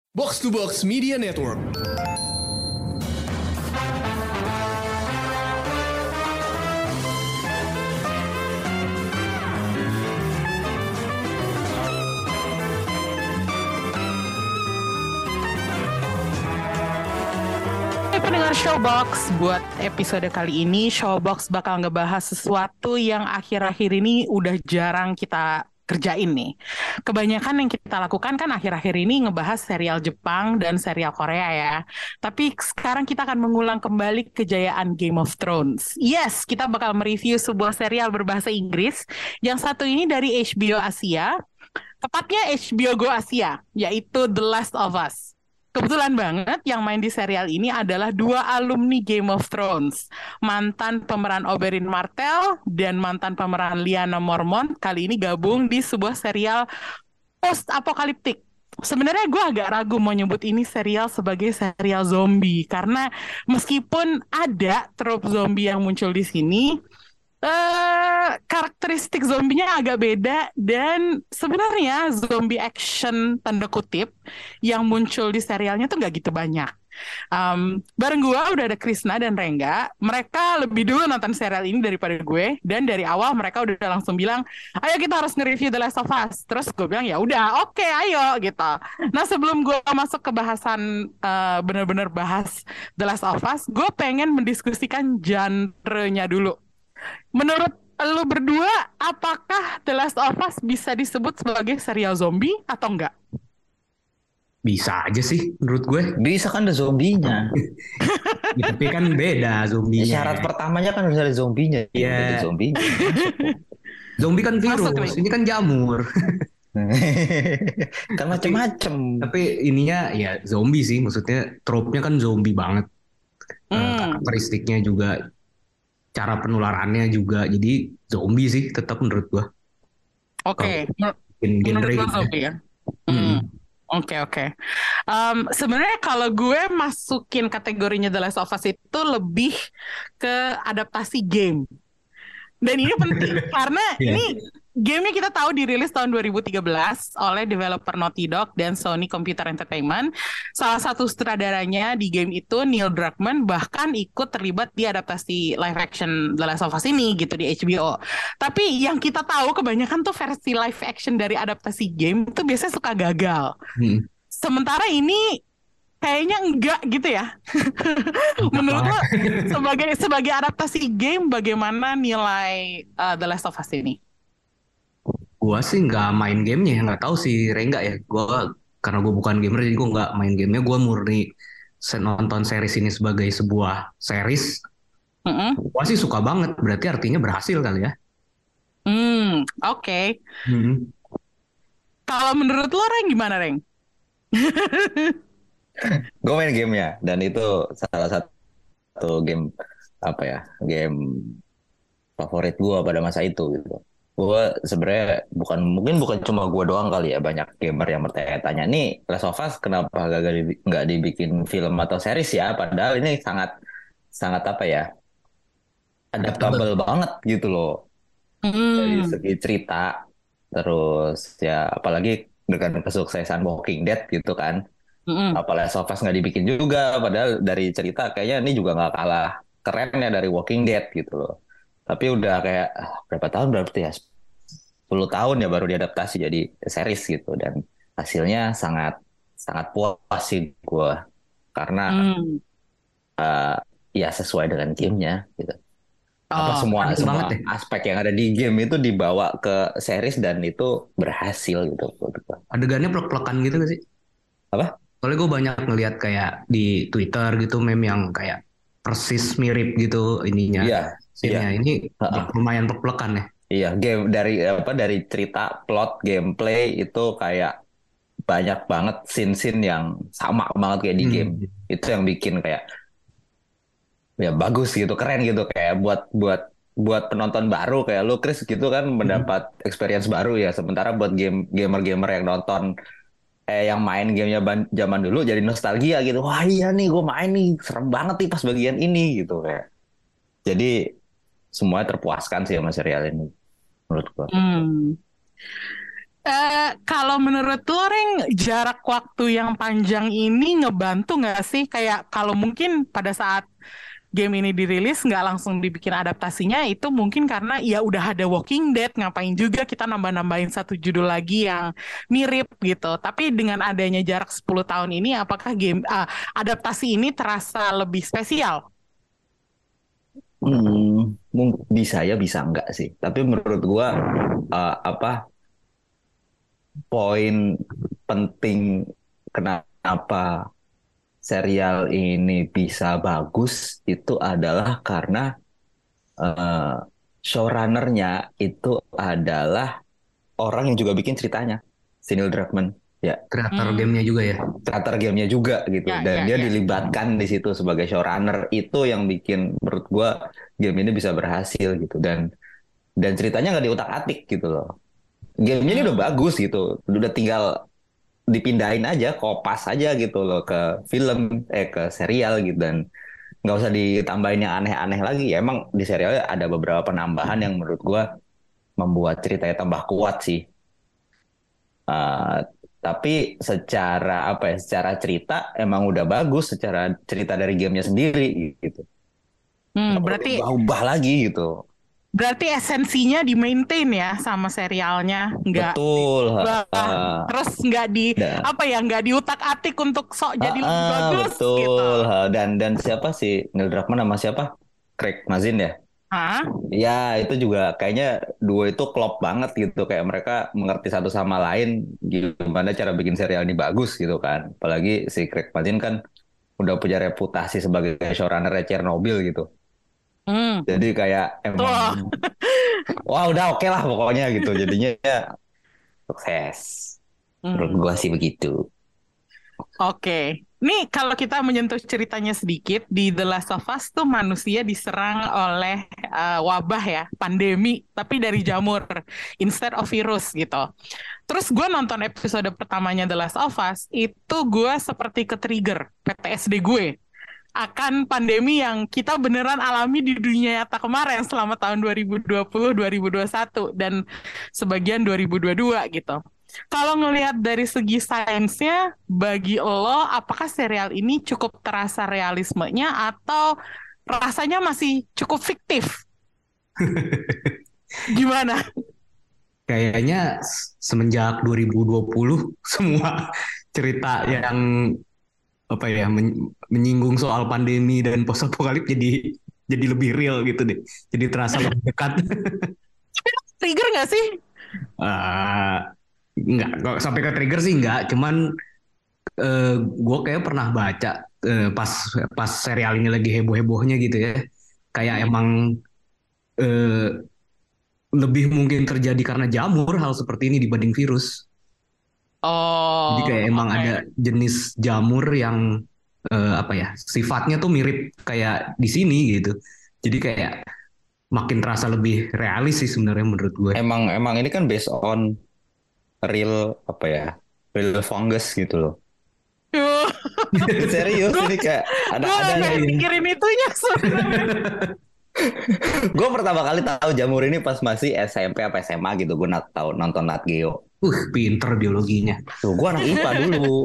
Box to Box Media Network. Pendengar Showbox, buat episode kali ini Showbox bakal ngebahas sesuatu yang akhir-akhir ini udah jarang kita kerjain nih. Kebanyakan yang kita lakukan kan akhir-akhir ini ngebahas serial Jepang dan serial Korea ya. Tapi sekarang kita akan mengulang kembali kejayaan Game of Thrones. Yes, kita bakal mereview sebuah serial berbahasa Inggris. Yang satu ini dari HBO Asia, tepatnya HBO Go Asia, yaitu The Last of Us. Kebetulan banget yang main di serial ini adalah dua alumni Game of Thrones. Mantan pemeran Oberyn Martell dan mantan pemeran Lyanna Mormont kali ini gabung di sebuah serial post-apokaliptik. Sebenarnya gue agak ragu mau nyebut ini serial sebagai serial zombie. Karena meskipun ada trope zombie yang muncul di sini, karakteristik zombinya agak beda dan sebenarnya zombie action tanda kutip yang muncul di serialnya tuh nggak gitu banyak. Bareng gue udah ada Krisna dan Rengga. Mereka lebih dulu nonton serial ini daripada gue dan dari awal mereka udah langsung bilang, ayo kita harus nge-review The Last of Us. Terus gue bilang ya udah oke, ayo gitu. Nah sebelum gue masuk ke bahasan bener-bener bahas The Last of Us, gue pengen mendiskusikan genre-nya dulu. Menurut lu berdua, apakah The Last of Us bisa disebut sebagai serial zombie atau enggak? Bisa aja sih menurut gue. Bisa kan ada zombinya. Ya, tapi kan beda zombinya. Syarat pertamanya kan harus ada zombinya. Iya. Ada zombinya. Zombie kan virus, Masuk nih. ini kan jamur. Kan macem-macem. Tapi ininya ya zombie sih, maksudnya trope-nya kan zombie banget. Karakteristiknya juga, cara penularannya juga, jadi zombie sih tetap menurut gue. Oke, Genre menurut lo gitu. zombie ya? Oke. Sebenarnya kalau gue masukin kategorinya The Last of Us itu lebih ke adaptasi game. Dan ini penting karena Iya. ini gamenya kita tahu dirilis tahun 2013 oleh developer Naughty Dog dan Sony Computer Entertainment. Salah satu sutradaranya di game itu, Neil Druckmann, bahkan ikut terlibat di adaptasi live action The Last of Us ini gitu di HBO. Tapi yang kita tahu kebanyakan tuh versi live action dari adaptasi game itu biasanya suka gagal. Sementara ini kayaknya enggak gitu ya. Menurut lo sebagai adaptasi game bagaimana nilai The Last of Us ini? Gua sih nggak main gamenya, nggak tahu sih Rengga ya. Karena gue bukan gamer jadi gue nggak main gamenya. Gue murni nonton series ini sebagai sebuah series. Gua sih suka banget, berarti artinya berhasil kali ya. Oke. Kalau menurut lo Reng gimana Reng? Gue main gamenya dan itu salah satu game game favorit gue pada masa itu gitu. Gue sebenarnya bukan cuma gue doang kali ya, banyak gamer yang bertanya-tanya nih Last of Us kenapa nggak dibikin film atau series ya, padahal ini sangat adaptable banget gitu loh dari segi cerita, terus ya apalagi dengan kesuksesan Walking Dead gitu kan. Apalagi Last of Us nggak dibikin juga, padahal dari cerita kayaknya ini juga nggak kalah kerennya dari Walking Dead gitu loh. Tapi udah kayak berapa tahun berarti ya, 10 tahun ya baru diadaptasi jadi series gitu, dan hasilnya sangat puas sih gue karena ya sesuai dengan gamenya gitu. Semua banget ya. aspek yang ada di game itu dibawa ke series dan itu berhasil gitu. Adegannya plek-plekan gitu gak sih? Apa? Soalnya gue banyak ngelihat kayak di Twitter gitu meme yang kayak persis mirip gitu ininya. Iya. Ini lumayan plek-plekan ya. Iya, game dari cerita, plot, gameplay itu kayak banyak banget scene-scene yang sama banget kayak di game. Itu yang bikin kayak ya bagus gitu, keren gitu, kayak buat penonton baru kayak lu Chris gitu kan mendapat experience baru ya. Sementara buat gamer-gamer yang nonton yang main gamenya zaman dulu jadi nostalgia gitu. Wah iya nih gue main nih, serem banget nih pas bagian ini gitu kayak. Jadi semuanya terpuaskan sih sama serial ini menurut gue. Kalau menurut lo, Reng, jarak waktu yang panjang ini ngebantu nggak sih? Kayak kalau mungkin pada saat game ini dirilis nggak langsung dibikin adaptasinya, itu mungkin karena ya udah ada Walking Dead, ngapain juga kita nambah-nambahin satu judul lagi yang mirip gitu. Tapi dengan adanya jarak 10 tahun ini, apakah adaptasi ini terasa lebih spesial? Bisa ya, bisa enggak sih. Tapi menurut gua apa poin penting kenapa serial ini bisa bagus itu adalah karena eh, showrunner-nya itu adalah orang yang juga bikin ceritanya, si Neil Druckmann. Ya, Kreator gamenya juga ya. kreator gamenya juga gitu, Ya, dan ya, dia ya. dilibatkan di situ sebagai showrunner. Itu yang bikin menurut gua game ini bisa berhasil gitu, dan ceritanya nggak diutak-atik gitu loh. Gamenya ini udah bagus gitu, udah tinggal dipindahin aja, kopas aja gitu loh ke film, ke serial gitu, dan nggak usah ditambahin yang aneh-aneh lagi. Ya, emang di serialnya ada beberapa penambahan yang menurut gua membuat ceritanya tambah kuat sih. Eh, tapi secara apa ya, secara cerita emang udah bagus, secara cerita dari gamenya sendiri gitu. Nggak perlu Berarti diubah-ubah lagi gitu. berarti esensinya di maintain ya sama serialnya, nggak Betul. diubah, terus nggak di Dan, apa ya, nggak diutak-atik untuk sok jadi lebih bagus gitu. betul. Dan siapa sih Neil Druckmann sama siapa? Craig Mazin ya? Hah? Ya, itu juga kayaknya duo itu klop banget gitu. Kayak mereka mengerti satu sama lain gimana cara bikin serial ini bagus gitu kan. Apalagi si Craig Mazin kan udah punya reputasi sebagai showrunner Chernobyl gitu. Hmm. Jadi kayak Tuh. emang, wah udah oke lah pokoknya gitu. Jadinya ya sukses. Menurut gua sih begitu. Oke. Nih kalau kita menyentuh ceritanya sedikit, di The Last of Us tuh manusia diserang oleh wabah ya, pandemi, tapi dari jamur, instead of virus gitu. Terus gue nonton episode pertamanya The Last of Us, itu gue seperti ke-trigger PTSD gue akan pandemi yang kita beneran alami di dunia nyata kemarin selama tahun 2020, 2021, dan sebagian 2022 gitu. Kalau ngelihat dari segi sainsnya, bagi lo, apakah serial ini cukup terasa realismenya atau rasanya masih cukup fiktif? Gimana? Kayaknya semenjak 2020 semua cerita yang apa ya menyinggung soal pandemi dan post apokalip jadi lebih real gitu deh. Jadi terasa lebih dekat. Trigger nggak sih? Nggak, kok sampai ke trigger sih nggak. Cuman gue kayak pernah baca pas serial ini lagi heboh-hebohnya gitu ya. Kayak emang lebih mungkin terjadi karena jamur hal seperti ini dibanding virus. Jadi Oh, kayak emang oke. ada jenis jamur yang apa ya sifatnya tuh mirip kayak di sini gitu. Jadi kayak makin terasa lebih realis sih sebenarnya menurut gue. Emang ini kan based on real apa ya? Real fungus gitu loh. Yuh, Serius ini kayak gue ada nggak yang mikirin itunya sebenarnya. gue pertama kali tahu jamur ini pas masih SMP apa SMA gitu. Gue tahu nonton Nat Geo. pinter biologinya. Tuh, gue anak IPA dulu.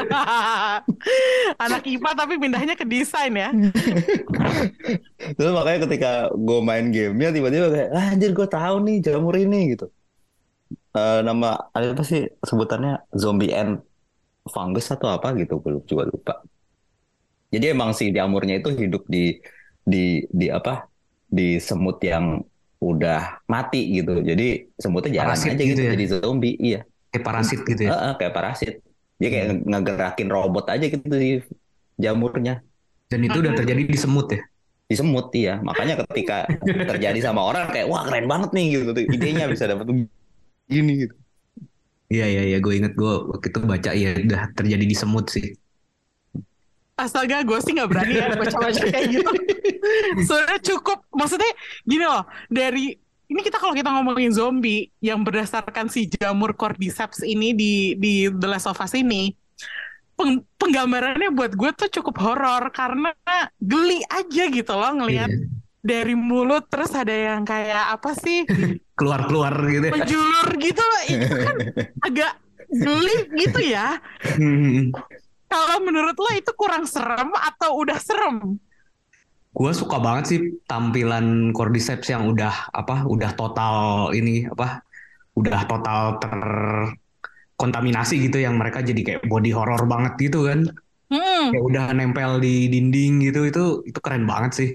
Anak IPA tapi pindahnya ke desain ya. Terus makanya ketika gue main gamenya tiba-tiba kayak, anjir gue tahu nih jamur ini gitu. Nama apa sih sebutannya, zombie ant fungus atau apa gitu, gue juga lupa. Jadi emang si jamurnya itu hidup di apa, di semut yang udah mati gitu. Jadi semutnya jalan Parasit aja gitu gitu ya. jadi zombie. Iya. Kayak parasit gitu ya. Kayak parasit. Dia kayak ngegerakin robot aja gitu si jamurnya. Dan itu udah terjadi di semut ya. Di semut, iya. Makanya ketika terjadi sama orang kayak, wah keren banget nih gitu. Idenya bisa dapat gini gitu. Iya, gue inget gue waktu itu baca ya udah terjadi di semut sih. Astaga, gue sih nggak berani ya baca-baca kayak gitu. Soalnya cukup, maksudnya gini loh, dari ini kalau kita ngomongin zombie yang berdasarkan si jamur cordyceps ini di The Last of Us ini, penggambarannya buat gue tuh cukup horor karena geli aja gitu loh ngelihat Iya. dari mulut, terus ada yang kayak apa sih, keluar-keluar gitu ya. Menjulur gitu, itu kan agak geli gitu ya. Kalau menurut lo itu kurang serem atau udah serem? Gue suka banget sih tampilan Cordyceps yang udah total udah total terkontaminasi gitu, yang mereka jadi kayak body horror banget gitu kan. Kayak udah nempel di dinding gitu, itu keren banget sih.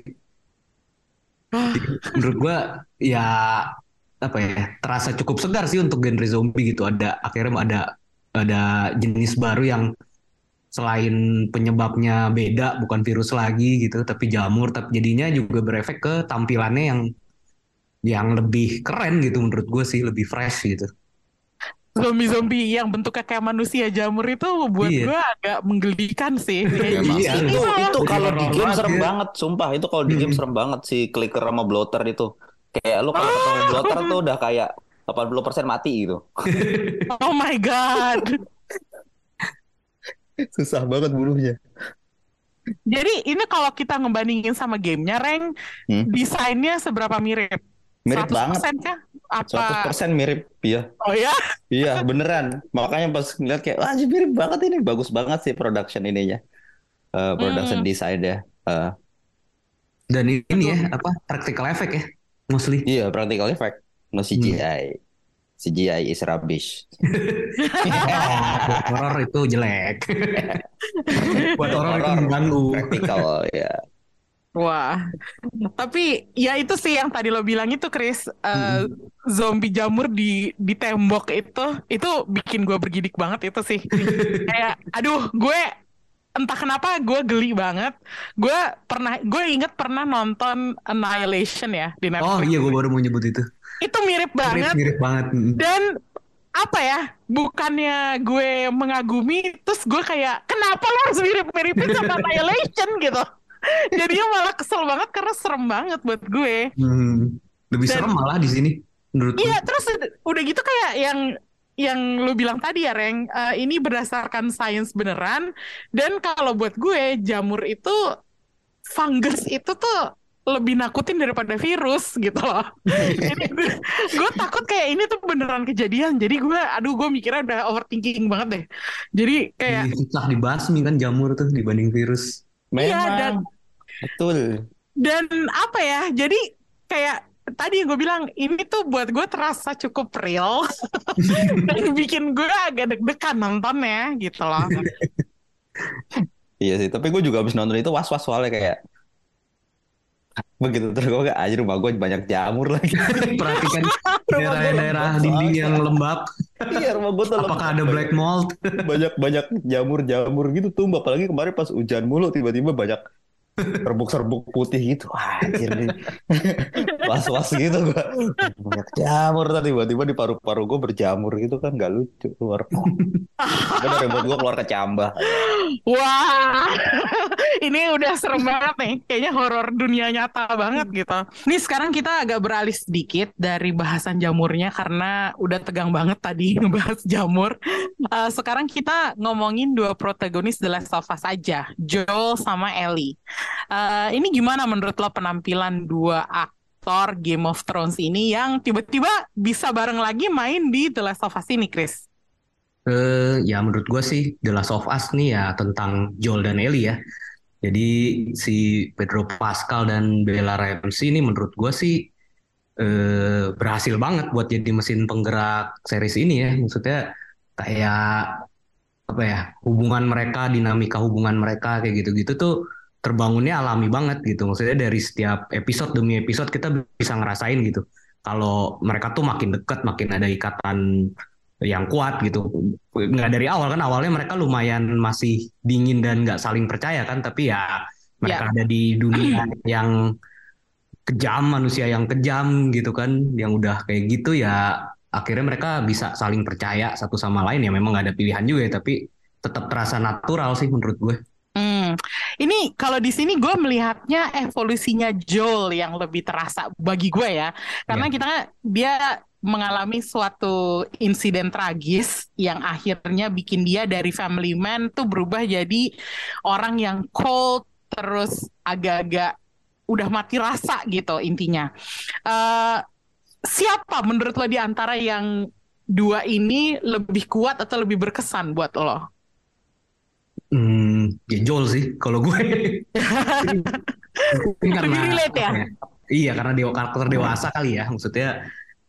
Menurut gue ya terasa cukup segar sih untuk genre zombie gitu. Akhirnya ada jenis baru yang selain penyebabnya beda, bukan virus lagi gitu, tapi jamur, tapi jadinya juga berefek ke tampilannya yang lebih keren gitu, menurut gue sih lebih fresh gitu. Zombie-zombie yang bentuknya kayak manusia jamur itu buat gue agak menggelikan sih. Iya, itu kalau di game serem ya. banget, sumpah. Itu kalau di game serem banget si clicker sama bloater itu. Kayak lu kalau ketemu bloater tuh udah kayak 80% mati gitu. Oh my god. Susah banget bunuhnya. Jadi ini kalau kita ngebandingin sama gamenya, Reng, desainnya seberapa mirip? Mirip 100% banget. kah? Apa? 100% mirip, ya. Oh ya? Iya, beneran. Makanya pas ngeliat kayak, wah mirip banget ini. Bagus banget sih production ininya. Production design ya. Dan ini ya, practical effect ya, mostly. Iya, practical effect. No CGI. CGI is rubbish. Buat horror itu jelek. Buat horror itu mengganggu. Practical, ya. Wah, tapi ya itu sih yang tadi lo bilang itu, Chris, zombie jamur di tembok itu bikin gue bergidik banget itu sih. Kayak, aduh, gue entah kenapa gue geli banget. Gue inget pernah nonton Annihilation ya di Netflix. Oh iya, gue baru mau nyebut itu. Itu mirip banget. Mirip banget. Dan apa ya? Bukannya gue mengagumi, terus gue kayak, kenapa lo harus mirip-miripin sama Annihilation gitu? Jadinya malah kesel banget karena serem banget buat gue. Lebih serem malah di sini menurut gue. Iya, terus udah gitu kayak yang lu bilang tadi ya, Reng, ini berdasarkan sains beneran. Dan kalau buat gue jamur itu, fungus itu tuh lebih nakutin daripada virus gitu loh. Jadi gue takut kayak ini tuh beneran kejadian. Jadi gue mikirnya udah overthinking banget deh. Jadi kayak susah dibasmi kan jamur tuh dibanding virus. Memang, betul. Dan apa ya, jadi kayak tadi gue bilang, ini tuh buat gue terasa cukup real. Dan bikin gue agak deg-degan nontonnya gitu loh. Iya sih, tapi gue juga habis nonton itu was-was soalnya kayak begitu terus gue kayak anjir rumah gue banyak jamur lagi. Perhatikan daerah-daerah dinding yang lembab. Iya, rumah gue tuh apakah ada black mold? banyak jamur gitu tuh, apalagi kemarin pas hujan mulu tiba-tiba banyak serbuk-serbuk putih gitu. Wah, anjir nih. Was-was gitu gue. Banyak jamur tadi tiba-tiba di paru-paru gue berjamur gitu kan, gak lucu keluar. Udah ribut gue keluar kecambah. Wah, ini udah serem banget nih. Kayaknya horor dunia nyata banget gitu. Nih sekarang kita agak beralih sedikit dari bahasan jamurnya karena udah tegang banget tadi ngebahas jamur. Sekarang kita ngomongin dua protagonis The Last of Us aja, Joel sama Ellie. Ini gimana menurut lo penampilan dua aktor Game of Thrones ini yang tiba-tiba bisa bareng lagi main di The Last of Us ini, Chris? Ya menurut gue sih The Last of Us nih ya tentang Joel dan Ellie ya. Jadi si Pedro Pascal dan Bella Ramsey ini menurut gue sih berhasil banget buat jadi mesin penggerak series ini ya. Maksudnya kayak hubungan mereka, dinamika hubungan mereka kayak gitu-gitu tuh terbangunnya alami banget gitu. Maksudnya dari setiap episode demi episode kita bisa ngerasain gitu. Kalau mereka tuh makin dekat, makin ada ikatan yang kuat gitu. Nggak dari awal kan, awalnya mereka lumayan masih dingin dan nggak saling percaya kan, tapi ya mereka ada di dunia yang kejam, manusia yang kejam gitu kan, yang udah kayak gitu ya akhirnya mereka bisa saling percaya satu sama lain. Ya memang nggak ada pilihan juga ya, tapi tetap terasa natural sih menurut gue. Ini kalau di sini gue melihatnya evolusinya Joel yang lebih terasa bagi gue ya, karena dia mengalami suatu insiden tragis yang akhirnya bikin dia dari family man tuh berubah jadi orang yang cold, terus agak-agak udah mati rasa gitu intinya. siapa menurut lo di antara yang dua ini lebih kuat atau lebih berkesan buat lo? Ya Joel sih kalau gue. Mungkin Lebih karena relate ya? apa ya? Iya, karena karakter dewasa kali ya. Maksudnya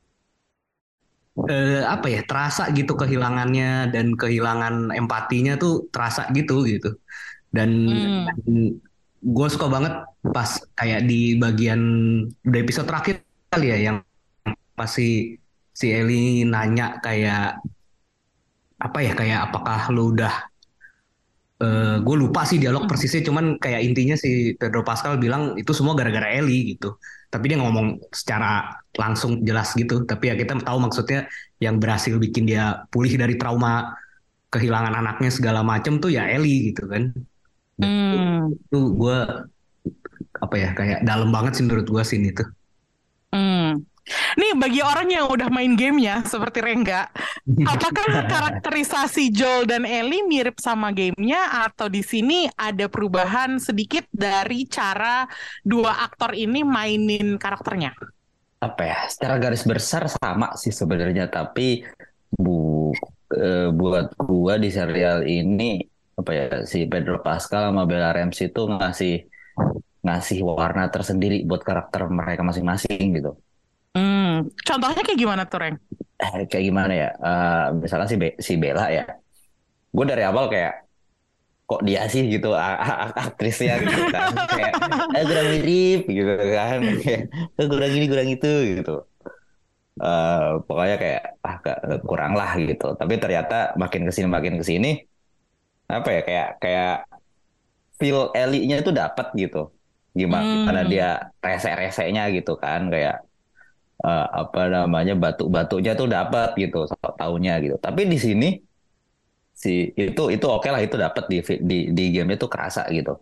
apa ya? Terasa gitu kehilangannya dan kehilangan empatinya tuh terasa gitu. Dan gue suka banget pas kayak di bagian udah episode terakhir kali ya, yang pas si Ellie nanya kayak apa ya, kayak apakah lu udah gue lupa sih dialog persisnya, cuman kayak intinya si Pedro Pascal bilang itu semua gara-gara Ellie gitu. Tapi dia ngomong secara langsung jelas gitu. Tapi ya kita tahu maksudnya yang berhasil bikin dia pulih dari trauma kehilangan anaknya segala macem tuh ya Ellie gitu kan. Dan itu gue apa ya, kayak dalam banget sih menurut gue scene itu. Nih bagi orang yang udah main gamenya seperti Rengga, apakah karakterisasi Joel dan Ellie mirip sama gamenya atau di sini ada perubahan sedikit dari cara dua aktor ini mainin karakternya? Apa ya? Secara garis besar sama sih sebenarnya, tapi bu buat gua di serial ini apa ya, si Pedro Pascal sama Bella Ramsey itu ngasih warna tersendiri buat karakter mereka masing-masing gitu. Contohnya kayak gimana tuh, Reng? Kayak gimana ya? Misalnya si Bella ya, gue dari awal kayak kok dia sih gitu aktrisnya gitu kan, kayak kurang mirip gitu kan, kayak kurang ini kurang itu gitu. Pokoknya kayak kurang lah gitu. Tapi ternyata makin kesini apa ya, kayak feel Ellie-nya itu dapat gitu. Gimana dia rese-resenya gitu kan, kayak apa namanya, batu-batunya tuh dapat gitu, taunya gitu. Tapi di sini itu oke lah, itu dapat di game itu kerasa gitu.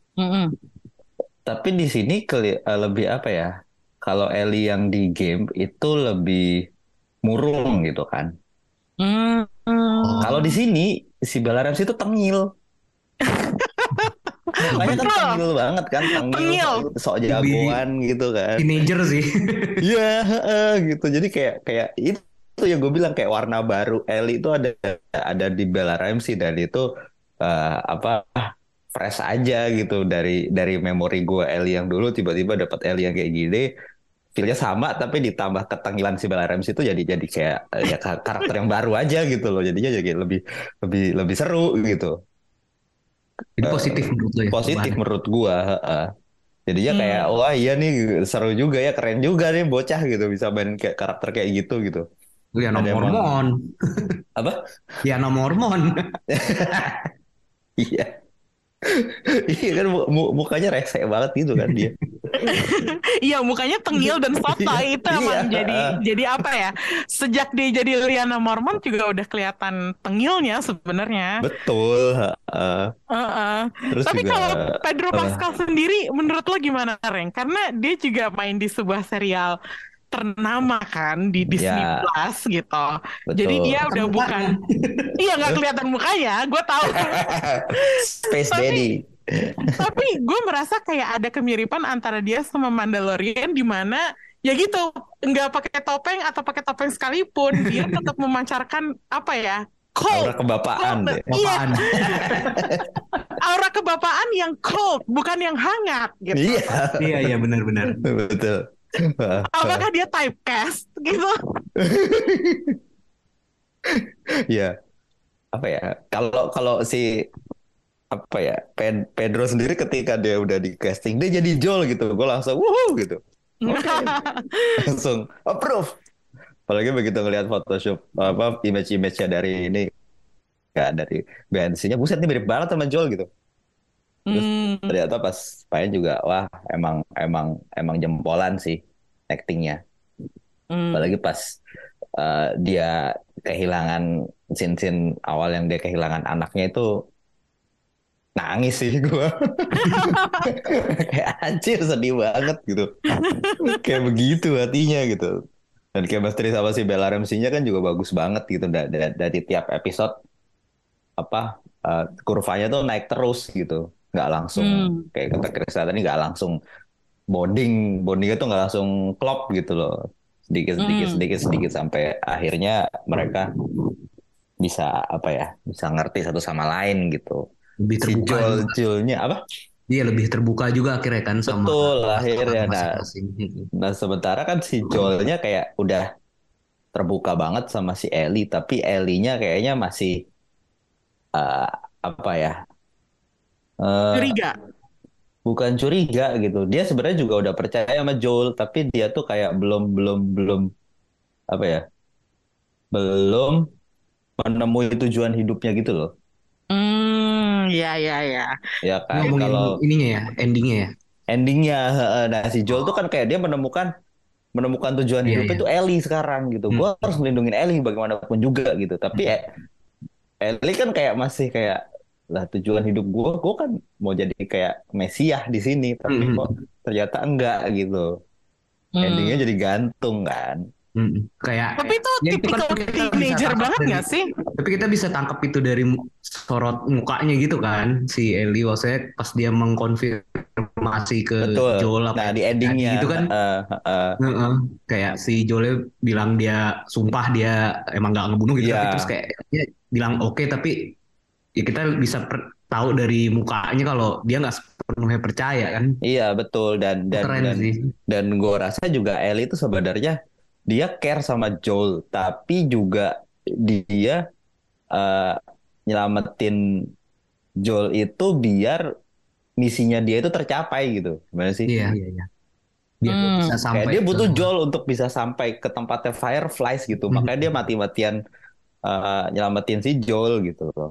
Tapi di sini lebih apa ya? Kalau Ellie yang di game itu lebih murung gitu kan. Kalau di sini si Bella Ramsey itu tengil. Makanya kan tengil banget kan, tengil. Sok jagoan gitu kan. Teenager sih. Iya, gitu. Jadi kayak itu yang gue bilang, kayak warna baru Ellie itu ada di Bella Ramsey, dan itu apa, fresh aja gitu dari memori gue Ellie yang dulu, tiba-tiba dapat Ellie yang kayak gini, feelnya sama tapi ditambah ketengilan si Bella Ramsey itu jadi kayak ya karakter yang baru aja gitu loh, jadinya jadi lebih lebih lebih seru gitu. Jadi positif menurut lo ya? Positif menurut gue. Jadinya kayak wah iya nih, seru juga ya, keren juga nih bocah gitu bisa main kayak karakter kayak gitu. Ya nomor Mormon. Apa? Ya nomor Mormon. Iya. Iya kan, mukanya rese banget gitu kan dia. Iya, mukanya tengil dan sotoy itu emang jadi apa ya? Sejak dia jadi Lyanna Mormont juga udah kelihatan tengilnya sebenarnya. Betul. Terus Tapi juga, kalau Pedro Pascal sendiri, menurut lo gimana, Reng? Karena dia juga main di sebuah serial ternama kan di Disney Plus gitu. Betul. Jadi dia udah bukan, iya nggak kelihatan mukanya, gue tahu. Space Daddy. Tapi gue merasa kayak ada kemiripan antara dia sama Mandalorian, di mana ya gitu, nggak pakai topeng atau pakai topeng sekalipun dia tetap memancarkan apa ya, cold, aura kebapaan deh. Iya. Aura kebapaan yang cold, bukan yang hangat gitu. Iya benar. Betul. Apakah dia typecast gitu? Ya, apa ya? Kalau si apa ya, Pedro sendiri ketika dia udah di casting dia jadi Joel gitu, gue langsung wuhu gitu. Okay. Langsung approve. Apalagi begitu ngelihat Photoshop apa image-nya dari ini, ya dari BNC-nya, buset nih mirip banget sama Joel gitu. Terus ternyata pas main juga wah, emang jempolan sih actingnya. Apalagi pas dia kehilangan scene awal yang dia kehilangan anaknya itu, nangis sih gue. Kayak anjir, sedih banget gitu. Kayak begitu hatinya gitu. Dan chemistry sama si Bella Ramsey-nya kan juga bagus banget gitu. Dari tiap episode apa kurvanya tuh naik terus gitu. Nggak langsung kayak kata Krista tadi, nggak langsung bondingnya tuh nggak langsung klop gitu loh. sedikit sedikit sedikit sedikit sampai akhirnya mereka bisa apa ya, bisa ngerti satu sama lain gitu. Lebih Si terbuka juga. Joel-nya apa? Dia lebih terbuka juga akhirnya kan sama Betul akhirnya. pasangan Nah, masing-masing. nah sementara kan si Joelnya kayak udah terbuka banget sama si Ellie, tapi Ellie-nya kayaknya masih eh, apa ya? eh, Curiga. Bukan curiga gitu. Dia sebenarnya juga udah percaya sama Joel, tapi dia tuh kayak belum belum belum apa ya? Belum menemui tujuan hidupnya gitu loh. Ya, ya, ya. Ya Ini kan ngomongin kalau ininya ya, endingnya ya. endingnya, nah si Joel tuh kan kayak dia menemukan menemukan tujuan Iya, hidupnya iya. tuh Ellie sekarang gitu. Gue harus melindungi Ellie bagaimanapun juga gitu. Tapi Ellie kan kayak masih kayak lah tujuan hidup gue kan mau jadi kayak Mesiah di sini, tapi kok Hmm. ternyata enggak gitu. Endingnya Hmm. jadi gantung kan. Kayak Tapi itu ya itu kan tipikal kita bisa teenager tangkap banget dari, nggak sih? tapi kita bisa tangkap itu dari sorot mukanya gitu kan, si Ellie maksudnya pas dia mengkonfirmasi ke Betul. Joel apa Nah yang di terjadi endingnya, gitu kan. Heeh. Kayak si Joel bilang dia sumpah dia emang nggak ngebunuh gitu, iya, tapi terus kayak dia bilang oke, tapi ya kita bisa tahu dari mukanya kalau dia nggak sepenuhnya percaya kan. iya betul dan Itu keren sih. gue rasa juga Ellie itu sebenarnya dia care sama Joel, tapi juga dia eh, nyelamatin Joel itu biar misinya dia itu tercapai gitu. Gimana sih? Iya, iya, iya. Biar dia bisa Kayak sampai dia ke. butuh Joel untuk bisa sampai ke tempatnya Fireflies gitu. Makanya dia mati-matian nyelamatin si Joel gitu loh.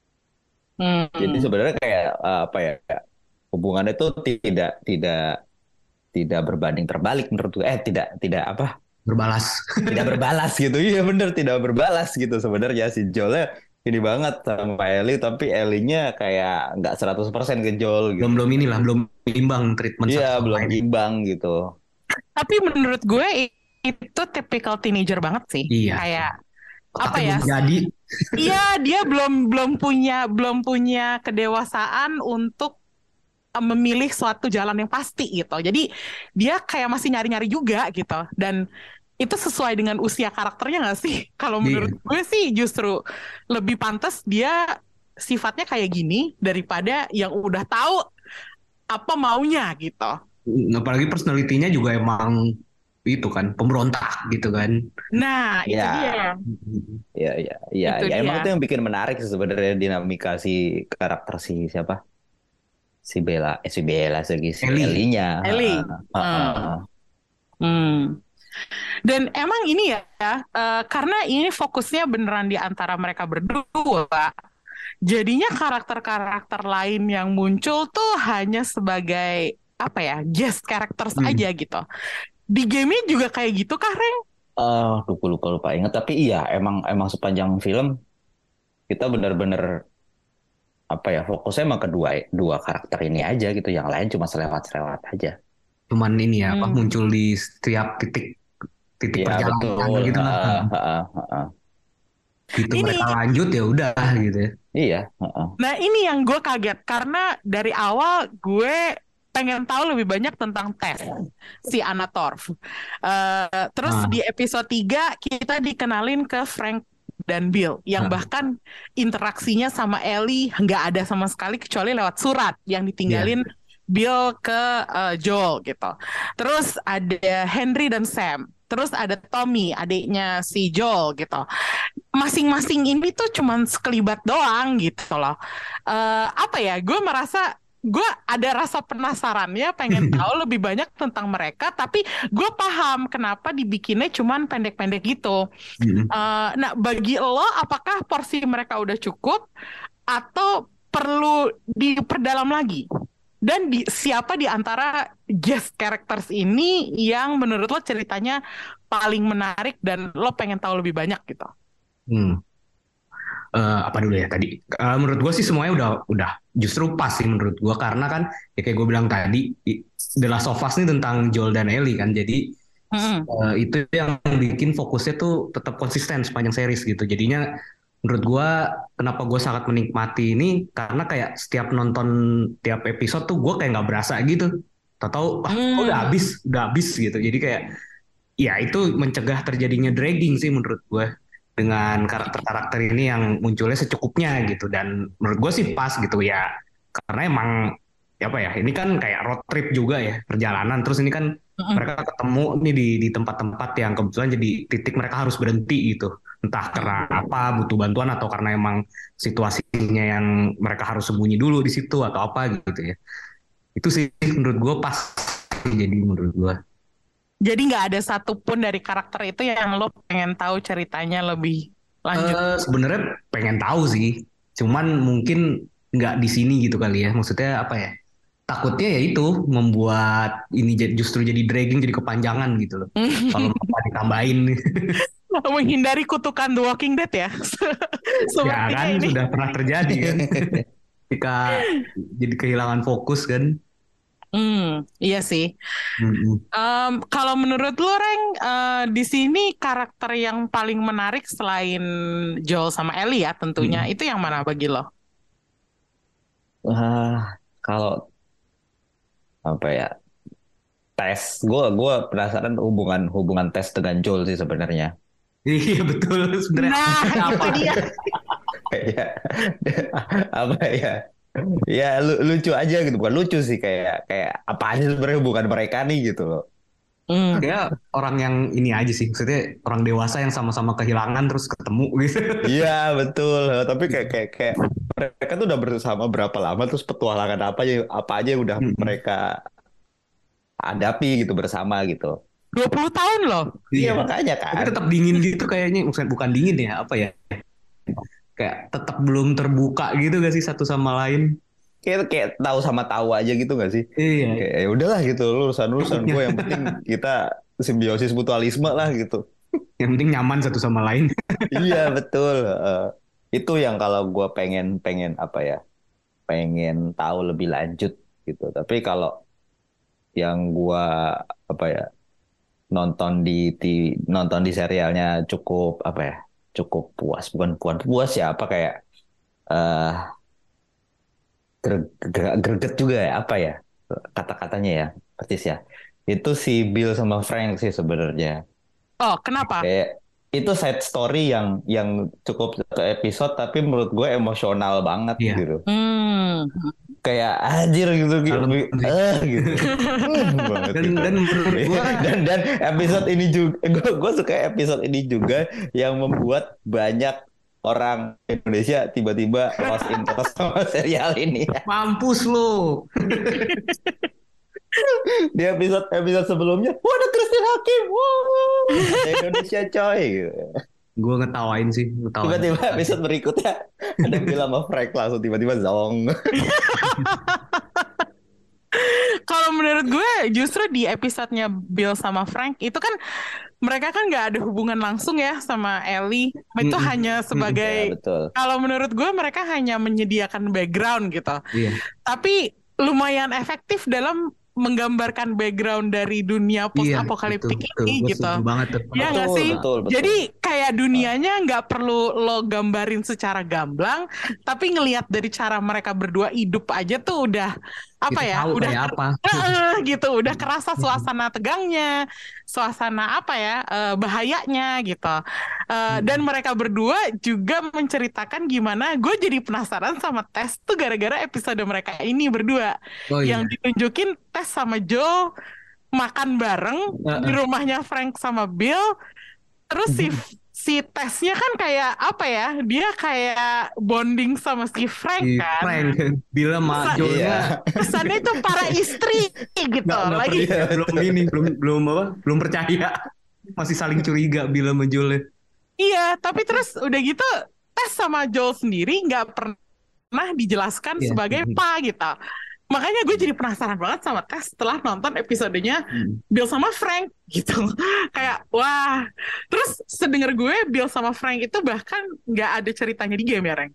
Jadi Hmm. sebenarnya kayak apa ya? Hubungannya itu tidak tidak tidak berbanding terbalik menurut gue. Tidak tidak apa? Berbalas. Tidak berbalas gitu. Iya bener tidak berbalas gitu sebenarnya si Joelnya ini banget sama Ellie, tapi Ellie-nya kayak nggak 100% ke Joel belum gitu. belum inilah, belum imbang treatment Iya satu sama belum lain. imbang gitu. Tapi menurut gue itu tipikal teenager banget sih. Iya. Kayak apa Otaknya ya? belum jadi. Iya, dia belum punya kedewasaan untuk memilih suatu jalan yang pasti gitu. Jadi dia kayak masih nyari-nyari juga gitu. Dan itu sesuai dengan usia karakternya nggak sih? Kalau menurut Iya. gue sih justru lebih pantas dia sifatnya kayak gini daripada yang udah tahu apa maunya gitu. Apalagi personalitinya juga emang itu kan pemberontak gitu kan. Nah, itu Ya, dia. ya, ya, ya, Itu ya. Emang dia. itu yang bikin menarik sih sebenarnya dinamika si karakter si siapa? Si Bella, si Ellie. Ellie-nya. Ellie. Heeh. Hmm. Dan emang ini ya, karena ini fokusnya beneran di antara mereka berdua, jadinya karakter-karakter lain yang muncul tuh hanya sebagai apa ya, guest characters Hmm. aja gitu. Di game juga kayak gitu kah, Reng? Lupa ingat. Tapi iya, emang sepanjang film kita benar-benar apa ya fokusnya emang kedua dua karakter ini aja gitu. Yang lain cuma selewat-selewat aja. Cuman ini ya apa Hmm. muncul di setiap titik Iya perjalanan betul. gitu lah. Gitu Ini, mereka lanjut ya udah gitu ya. Iya. nah ini yang gue kaget karena dari awal gue pengen tahu lebih banyak tentang Tess, si Anna Torv. Terus Nah, di episode 3 kita dikenalin ke Frank dan Bill yang nah, bahkan interaksinya sama Ellie nggak ada sama sekali kecuali lewat surat yang iya. ditinggalin Bill ke Joel gitu. Terus ada Henry dan Sam. Terus ada Tommy, adiknya si Joel gitu. Masing-masing ini tuh cuman sekelibat doang gitu loh. Apa ya? Gue merasa gue ada rasa penasarannya, pengen tahu lebih banyak tentang mereka. Tapi gue paham kenapa dibikinnya cuman pendek-pendek gitu. Mm-mm. Nah, bagi lo, apakah porsi mereka udah cukup atau perlu diperdalam lagi? Dan siapa di antara guest characters ini yang menurut lo ceritanya paling menarik dan lo pengen tahu lebih banyak gitu? Hmm. Apa dulu ya tadi? Menurut gue sih semuanya udah justru pas sih menurut gue, karena kan ya kayak gue bilang tadi The Last of Us ini tentang Joel dan Ellie kan, jadi itu yang bikin fokusnya tuh tetap konsisten sepanjang series gitu. Jadinya menurut gue kenapa gue sangat menikmati ini karena kayak setiap nonton tiap episode tuh gue kayak nggak berasa gitu. Tahu-tahu udah habis gitu. Jadi kayak ya itu mencegah terjadinya dragging sih menurut gue dengan karakter-karakter ini yang munculnya secukupnya gitu. Dan menurut gue sih pas gitu ya, karena emang ya apa ya, ini kan kayak road trip juga ya, perjalanan. Terus ini kan mereka ketemu nih di tempat-tempat yang kebetulan jadi titik mereka harus berhenti gitu, entah karena apa, butuh bantuan, atau karena emang situasinya yang mereka harus sembunyi dulu di situ atau apa gitu ya. Itu sih menurut gue pas, jadi menurut gue. Jadi nggak ada satupun dari karakter itu yang lo pengen tahu ceritanya lebih lanjut. Sebenarnya pengen tahu sih, cuman mungkin nggak di sini gitu kali ya. Maksudnya apa ya? Takutnya ya itu membuat ini justru jadi dragging, jadi kepanjangan gitu loh. Kalau mau ditambahin. Menghindari kutukan The Walking Dead ya. Ya Sepertinya kan ini. sudah pernah terjadi kan. Ketika jadi kehilangan fokus kan. Iya sih. Mm-mm. Kalau menurut lo, Reng, di sini karakter yang paling menarik selain Joel sama Ellie ya tentunya, itu yang mana bagi lo? Kalau apa ya, gue penasaran hubungan Tess dengan Joel sih sebenarnya. Iya betul sebenarnya. Nah, itu dia. Kayak apa ya? Ya lucu aja gitu, bukan lucu sih, kayak apa aja sebenarnya hubungan mereka nih gitu loh. Kayak orang yang ini aja sih, maksudnya orang dewasa yang sama-sama kehilangan terus ketemu gitu. Iya betul, tapi kayak mereka tuh udah bersama berapa lama, terus petualangan apa aja yang udah mereka hadapi gitu bersama gitu. 20 tahun loh. Iya makanya kan. Tapi tetap dingin gitu kayaknya, maksudnya bukan dingin ya, apa ya? Kayak tetap belum terbuka gitu gak sih satu sama lain? Kayak tahu sama tahu aja gitu gak sih? Iya. Kayak, ya udahlah gitu, urusan gue, yang penting kita simbiosis mutualisme lah gitu. Yang penting nyaman satu sama lain. Iya betul. Itu yang kalau gue pengen apa ya? Pengen tahu lebih lanjut gitu. Tapi kalau yang gue apa ya? Nonton di serialnya cukup apa ya? Cukup puas, bukan puas ya, apa kayak greget juga ya, apa ya kata-katanya ya, persis ya. Itu si Bill sama Frank sih sebenarnya. Oh, kenapa? Kayak itu side story yang cukup satu episode, tapi menurut gue emosional banget gitu. Kayak anjir gitu gitu. Banget Dan gitu. dan menurut gua dan episode ini juga gue suka episode ini juga yang membuat banyak orang Indonesia tiba-tiba lost interest sama serial ini. mampus lo. Di episode sebelumnya, wah ada Christine Hakim, wah ada Indonesia coy. Gue ngetawain sih, ngetawain. Tiba-tiba episode berikutnya ada Bill sama Frank langsung tiba-tiba zong. Kalau menurut gue justru di episodenya Bill sama Frank itu kan mereka kan nggak ada hubungan langsung ya sama Ellie. Itu hanya sebagai, Ya, betul. kalau menurut gue mereka hanya menyediakan background gitu. Iya. Tapi lumayan efektif dalam menggambarkan background dari dunia post apokaliptik ini gitu. Ya nggak sih? Betul. Jadi kayak dunianya nggak perlu lo gambarin secara gamblang, tapi ngelihat dari cara mereka berdua hidup aja tuh udah apa Kita ya? tahu Udah kayak apa. gitu, udah kerasa suasana tegangnya, suasana apa ya? Bahayanya gitu. Dan mereka berdua juga menceritakan gimana gue jadi penasaran sama Tess tuh gara-gara episode mereka ini berdua. Yang ditunjukin Tess sama Joel makan bareng di rumahnya Frank sama Bill. Terus si Tess-nya kan kayak apa ya? Dia kayak bonding sama si Frank kan. Frank, Bill sama Joel-nya kesannya itu para istri gitu. Lagi belum percaya. Masih saling curiga Bill sama Joel. Iya, tapi terus udah gitu Tess sama Joel sendiri nggak pernah dijelaskan sebagai apa gitu. Makanya gue jadi penasaran banget sama Tess setelah nonton episodenya Bill sama Frank gitu. Kayak wah. Terus sedengar gue Bill sama Frank itu bahkan nggak ada ceritanya di game ya, Reng?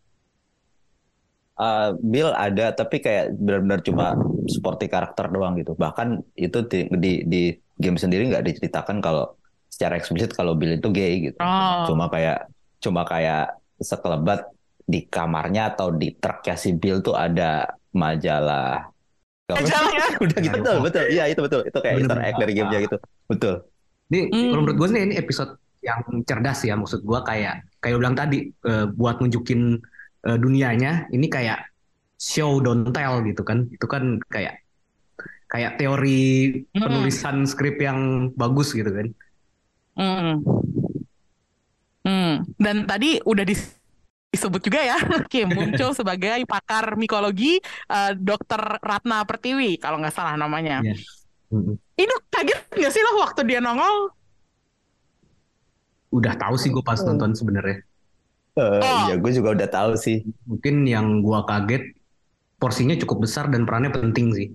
Bill ada, tapi kayak benar-benar cuma seperti karakter doang gitu. Bahkan itu di game sendiri nggak diceritakan kalau secara eksplisit kalau Bill itu gay gitu. Cuma kayak sekelebat di kamarnya atau di truknya si Bill tuh ada majalah. Majalahnya? Udah gitu, betul. Iya itu betul. Itu kayak Easter egg dari gamenya gitu. Betul. Ini kalau menurut gue sih ini episode yang cerdas ya, maksud gue kayak bilang tadi buat nunjukin dunianya ini kayak show don't tell gitu kan. Itu kan kayak teori penulisan skrip yang bagus gitu kan. Dan tadi udah disebut juga ya, Kim muncul sebagai pakar mikologi, Dr. Ratna Pertiwi kalau nggak salah namanya. Yeah. Ini kaget nggak sih lo waktu dia nongol? Udah tahu sih gue pas nonton sebenarnya. Iya, gue juga udah tahu sih. Mungkin yang gue kaget porsinya cukup besar dan perannya penting sih.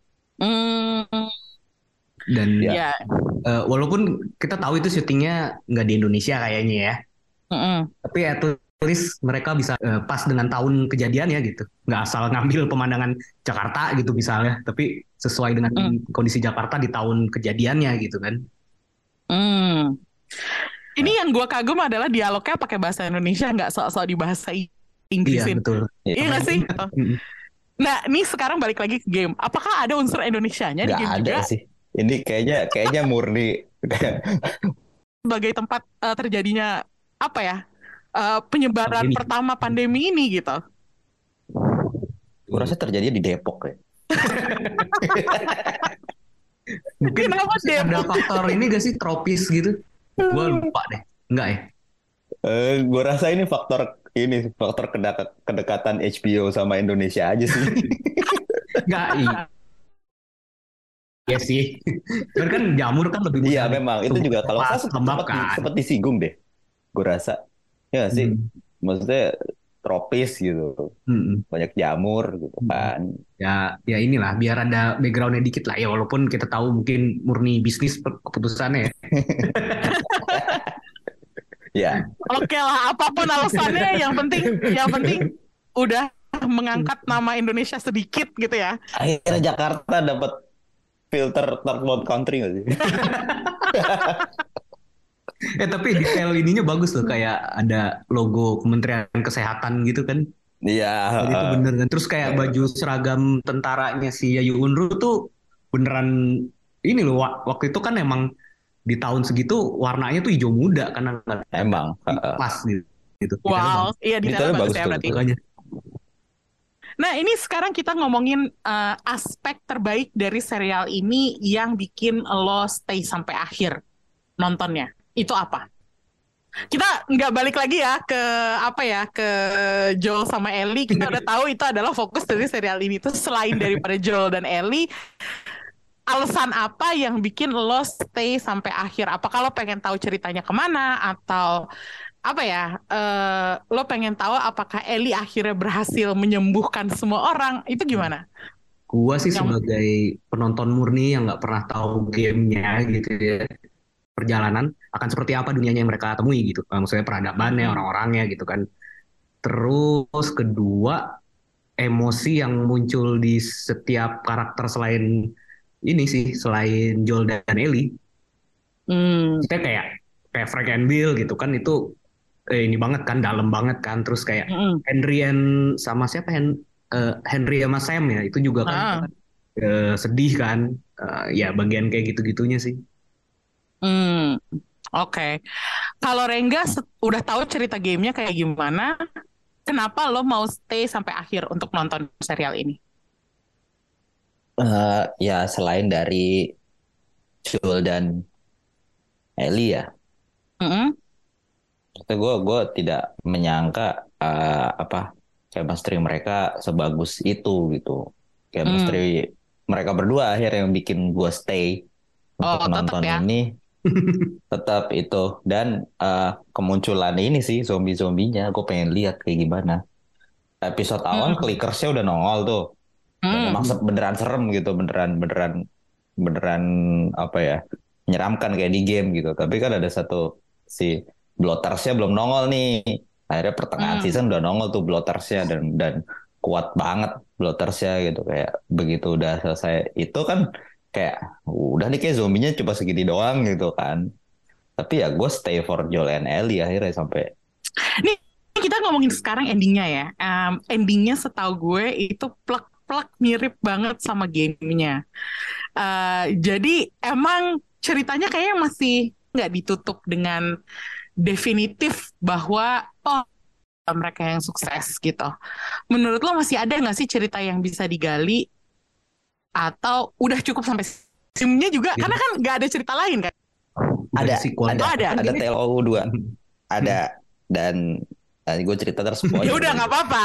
Dan walaupun kita tahu itu syutingnya nggak di Indonesia kayaknya ya, tapi at least mereka bisa pas dengan tahun kejadian ya gitu, nggak asal ngambil pemandangan Jakarta gitu misalnya, tapi sesuai dengan kondisi Jakarta di tahun kejadiannya gitu kan. Ini yang gue kagum adalah dialognya pakai bahasa Indonesia, nggak sok-sok di bahasa Inggrisin. Iya betul. Iya nggak sih? Nah, ini sekarang balik lagi ke game. Apakah ada unsur Indonesianya di game juga? Nggak ada sih. Ini kayaknya murni sebagai tempat terjadinya apa ya? Penyebaran pertama pandemi ini gitu. Gue rasa terjadi di Depok ya. Mungkin ada faktor ini gak sih, tropis gitu? Gue lupa deh. Enggak ya? Gue rasa ini faktor kedekatan HBO sama Indonesia aja sih. Enggak, iya sih. Cuman kan jamur kan lebih mudah. Iya memang itu juga kalau saya sempat disinggung deh. Gue rasa ya sih. Maksudnya tropis gitu. Banyak jamur gitu kan. Ya inilah biar ada backgroundnya dikit lah ya, walaupun kita tahu mungkin murni bisnis keputusannya ya. Ya. Oke lah, apapun alasannya, yang penting udah mengangkat nama Indonesia sedikit gitu ya. Akhirnya Jakarta dapat filter third world country nggak sih? Tapi detail ininya bagus tuh, kayak ada logo Kementerian Kesehatan gitu kan. Iya. Itu bener kan. Terus kayak baju seragam tentaranya si Yayu Unru tuh beneran ini loh, waktu itu kan emang di tahun segitu warnanya tuh hijau muda karena emang pas gitu. Wow, iya detailnya bagus ya berarti. Nah, ini sekarang kita ngomongin aspek terbaik dari serial ini yang bikin lo stay sampai akhir nontonnya. Itu apa? Kita nggak balik lagi ya ke Joel sama Ellie. Kita udah tahu itu adalah fokus dari serial ini. Tuh selain daripada Joel dan Ellie, alasan apa yang bikin lo stay sampai akhir? Apakah lo pengen tahu ceritanya kemana, atau apa ya? Lo pengen tahu apakah Ellie akhirnya berhasil menyembuhkan semua orang? Itu gimana? Gua sih sebagai penonton murni yang nggak pernah tahu gamenya gitu ya, perjalanan akan seperti apa dunianya yang mereka temui gitu. Maksudnya peradabannya, orang-orangnya gitu kan. Terus kedua, emosi yang muncul di setiap karakter selain Joel dan Ellie. Kita kayak Frank and Bill gitu kan, itu ini banget kan, dalam banget kan. Terus kayak Henry sama siapa Henry sama Sam ya, itu juga kan sedih kan. Ya bagian kayak gitu-gitunya sih. Oke. Kalau Rengga udah tahu cerita gamenya kayak gimana, kenapa lo mau stay sampai akhir untuk nonton serial ini? Ya selain dari Joel dan Ellie ya, gue tidak menyangka chemistry mereka sebagus itu gitu. Chemistry mereka berdua akhirnya yang bikin gue stay untuk nonton ini. Tetap itu. Dan kemunculan ini sih zombie-zombinya, gue pengen lihat kayak gimana. Episode awal clickersnya udah nongol tuh. Dan emang beneran serem gitu, beneran apa ya, menyeramkan kayak di game gitu. Tapi kan ada satu si blottersnya belum nongol nih. Akhirnya pertengahan season udah nongol tuh blottersnya, dan kuat banget blottersnya gitu. Kayak begitu udah selesai itu kan kayak udah nih kayak zombinya cuma segini doang gitu kan. Tapi ya gue stay for Joel and Ellie akhirnya sampai. Nih kita ngomongin sekarang endingnya ya. Endingnya setahu gue itu plek mirip banget sama gamenya. Jadi emang ceritanya kayaknya masih nggak ditutup dengan definitif bahwa mereka yang sukses gitu. Menurut lo masih ada nggak sih cerita yang bisa digali atau udah cukup sampai simnya juga? Karena kan nggak ada cerita lain kan? Ada TLO 2 ada dan gue cerita terus. Ya udah nggak apa-apa.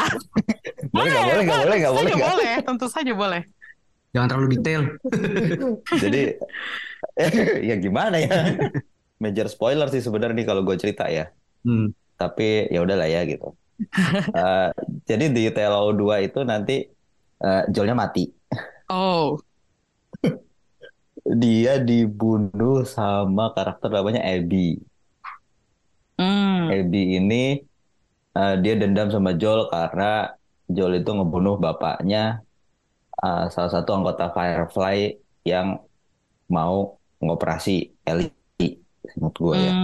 boleh, tentu saja boleh. Jangan terlalu detail. Jadi ya gimana ya? Major spoiler sih sebenarnya nih kalau gue cerita ya. Tapi ya udahlah ya gitu. Jadi di TLO 2 itu nanti Joelnya mati. Oh. Dia dibunuh sama karakter namanya Abby. Abby ini dia dendam sama Joel karena Joel itu ngebunuh bapaknya, salah satu anggota Firefly yang mau ngoperasi Ellie, menurut gue ya.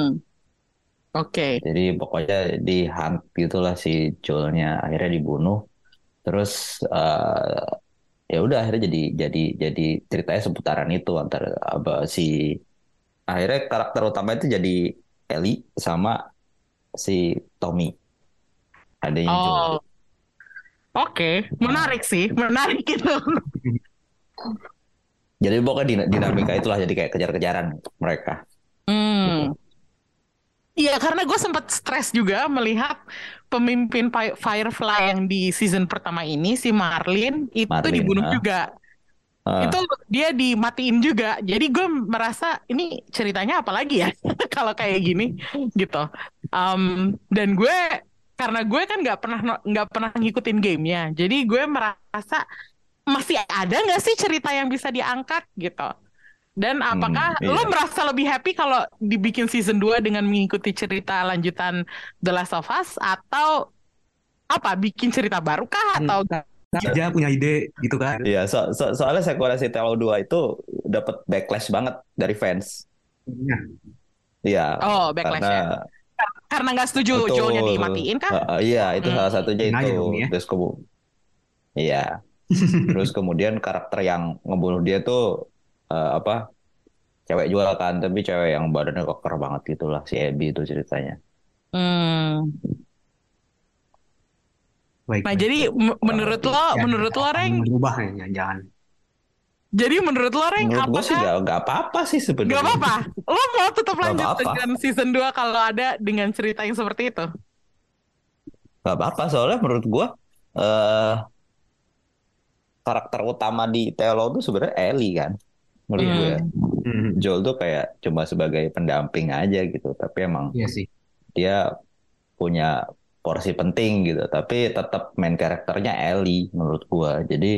Oke. Jadi pokoknya di-hunt gitulah si Joelnya, akhirnya dibunuh. Terus ya udah akhirnya jadi ceritanya seputaran itu antara akhirnya karakter utama itu jadi Ellie sama si Tommy, adanya Joel. Oke. Menarik sih, menarik itu. Jadi pokoknya dinamika itulah jadi kayak kejar-kejaran mereka. Iya, karena gue sempat stres juga melihat pemimpin Firefly yang di season pertama ini, si Marlin, itu dibunuh juga. Itu dia dimatiin juga. Jadi gue merasa ini ceritanya apa lagi ya kalau kayak gini gitu. Dan karena gue kan nggak pernah ngikutin gamenya, jadi gue merasa masih ada nggak sih cerita yang bisa diangkat gitu. Dan apakah lo merasa lebih happy kalau dibikin season 2 dengan mengikuti cerita lanjutan The Last of Us, atau apa, bikin cerita baru kah, atau aja punya ide gitu kan? Iya, soalnya sequelasi TLO 2 itu dapat backlash banget dari fans. Iya. Oh, backlash ya. Karena nggak setuju Joelnya dimatiin kah? Iya, itu salah satunya itu. Ya. Terus kemudian karakter yang ngebunuh dia tuh cewek juga kan, tapi cewek yang badannya keker banget gitulah, si Abby itu ceritanya. Nah, jadi menurut lo Reng, berubah ya, jangan. Jadi menurut lo Reng, menurut gue sih nggak apa-apa sih sebenarnya. Nggak apa-apa. Lo mau tetap lanjut dengan season 2 kalau ada dengan cerita yang seperti itu? Nggak apa-apa, soalnya menurut gue karakter utama di TLO itu sebenarnya Ellie kan. Menurut gue Joel tuh kayak cuma sebagai pendamping aja gitu, tapi emang dia punya porsi penting gitu, tapi tetap main karakternya Ellie menurut gue. Jadi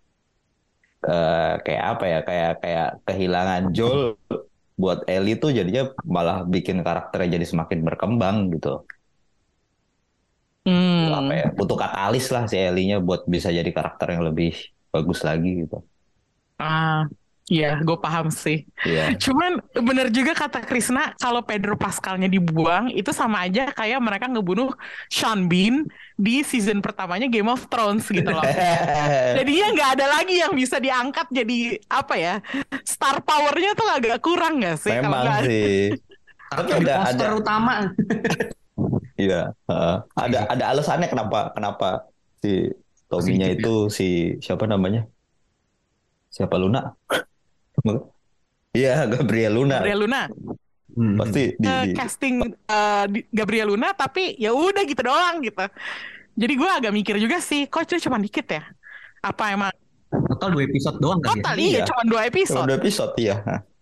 kayak apa ya, kayak kehilangan Joel buat Ellie tuh jadinya malah bikin karakternya jadi semakin berkembang gitu. Apa ya, butuh katalis lah si Ellie-nya buat bisa jadi karakter yang lebih bagus lagi gitu. Iya, gue paham sih. Yeah. Cuman bener juga kata Krisna, kalau Pedro Pascalnya dibuang, itu sama aja kayak mereka ngebunuh Sean Bean di season pertamanya Game of Thrones gitu loh. Jadinya nggak ada lagi yang bisa diangkat jadi apa ya, star powernya tuh agak kurang nggak sih? Memang sih. Tapi ada utama. Iya, ada alasannya kenapa si Tommy-nya itu si siapa namanya? Siapa Luna? Iya, Gabriel Luna. Pasti di casting Gabriel Luna, tapi ya udah gitu doang gitu. Jadi gue agak mikir juga sih, kok itu cuma dikit ya? Apa emang total 2 episode doang kan? Total iya, cuma 2 episode. Cuma 2 episode ya.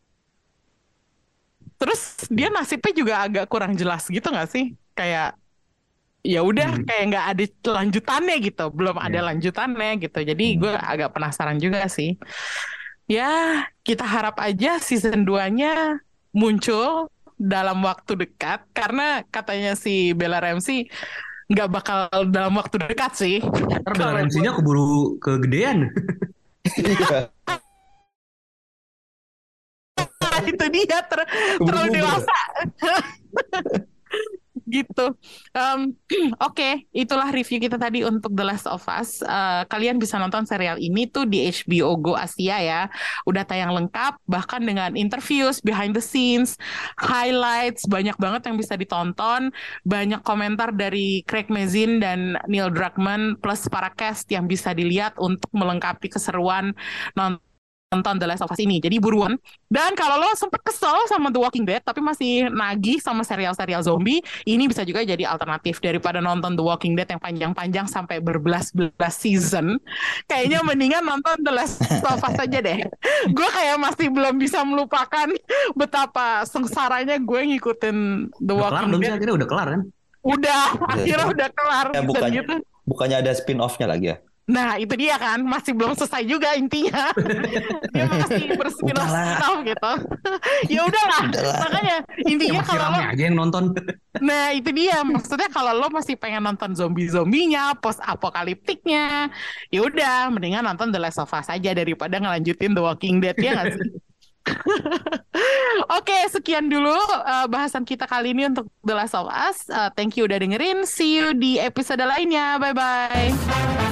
Terus dia nasibnya juga agak kurang jelas gitu nggak sih? Kayak ya udah kayak nggak ada lanjutannya gitu, belum ada lanjutannya gitu. Jadi gue agak penasaran juga sih. Ya, kita harap aja season 2-nya muncul dalam waktu dekat, karena katanya si Bella Ramsey nggak bakal dalam waktu dekat sih. Bella Ramsey-nya keburu kegedean. Itu dia terlalu dewasa. gitu. Oke, itulah review kita tadi untuk The Last of Us. Kalian bisa nonton serial ini tuh di HBO Go Asia ya. Udah tayang lengkap, bahkan dengan interviews, behind the scenes, highlights, banyak banget yang bisa ditonton. Banyak komentar dari Craig Mazin dan Neil Druckmann plus para cast yang bisa dilihat untuk melengkapi keseruan nonton The Last of Us ini. Jadi buruan. Dan kalau lo sempet kesel sama The Walking Dead tapi masih nagih sama serial-serial zombie, ini bisa juga jadi alternatif daripada nonton The Walking Dead yang panjang-panjang sampai berbelas-belas season. Kayaknya mendingan nonton The Last of Us aja deh. Gue kayak masih belum bisa melupakan betapa sengsaranya gue ngikutin The Walking Dead. Akhirnya udah kelar kan? Udah, akhirnya udah kelar. Bukannya, gitu. Bukannya ada spin-off-nya lagi ya? Nah itu dia kan, masih belum selesai juga intinya. Dia masih berspin-off gitu. Ya udahlah. Makanya intinya ya, kalau lo aja yang nonton. Nah itu dia, maksudnya kalau lo masih pengen nonton zombie-zombinya, post apokaliptiknya, ya udah mendingan nonton The Last of Us aja daripada ngelanjutin The Walking Dead, ya nggak sih? Oke, sekian dulu bahasan kita kali ini untuk The Last of Us. Thank you udah dengerin. See you di episode lainnya. Bye-bye.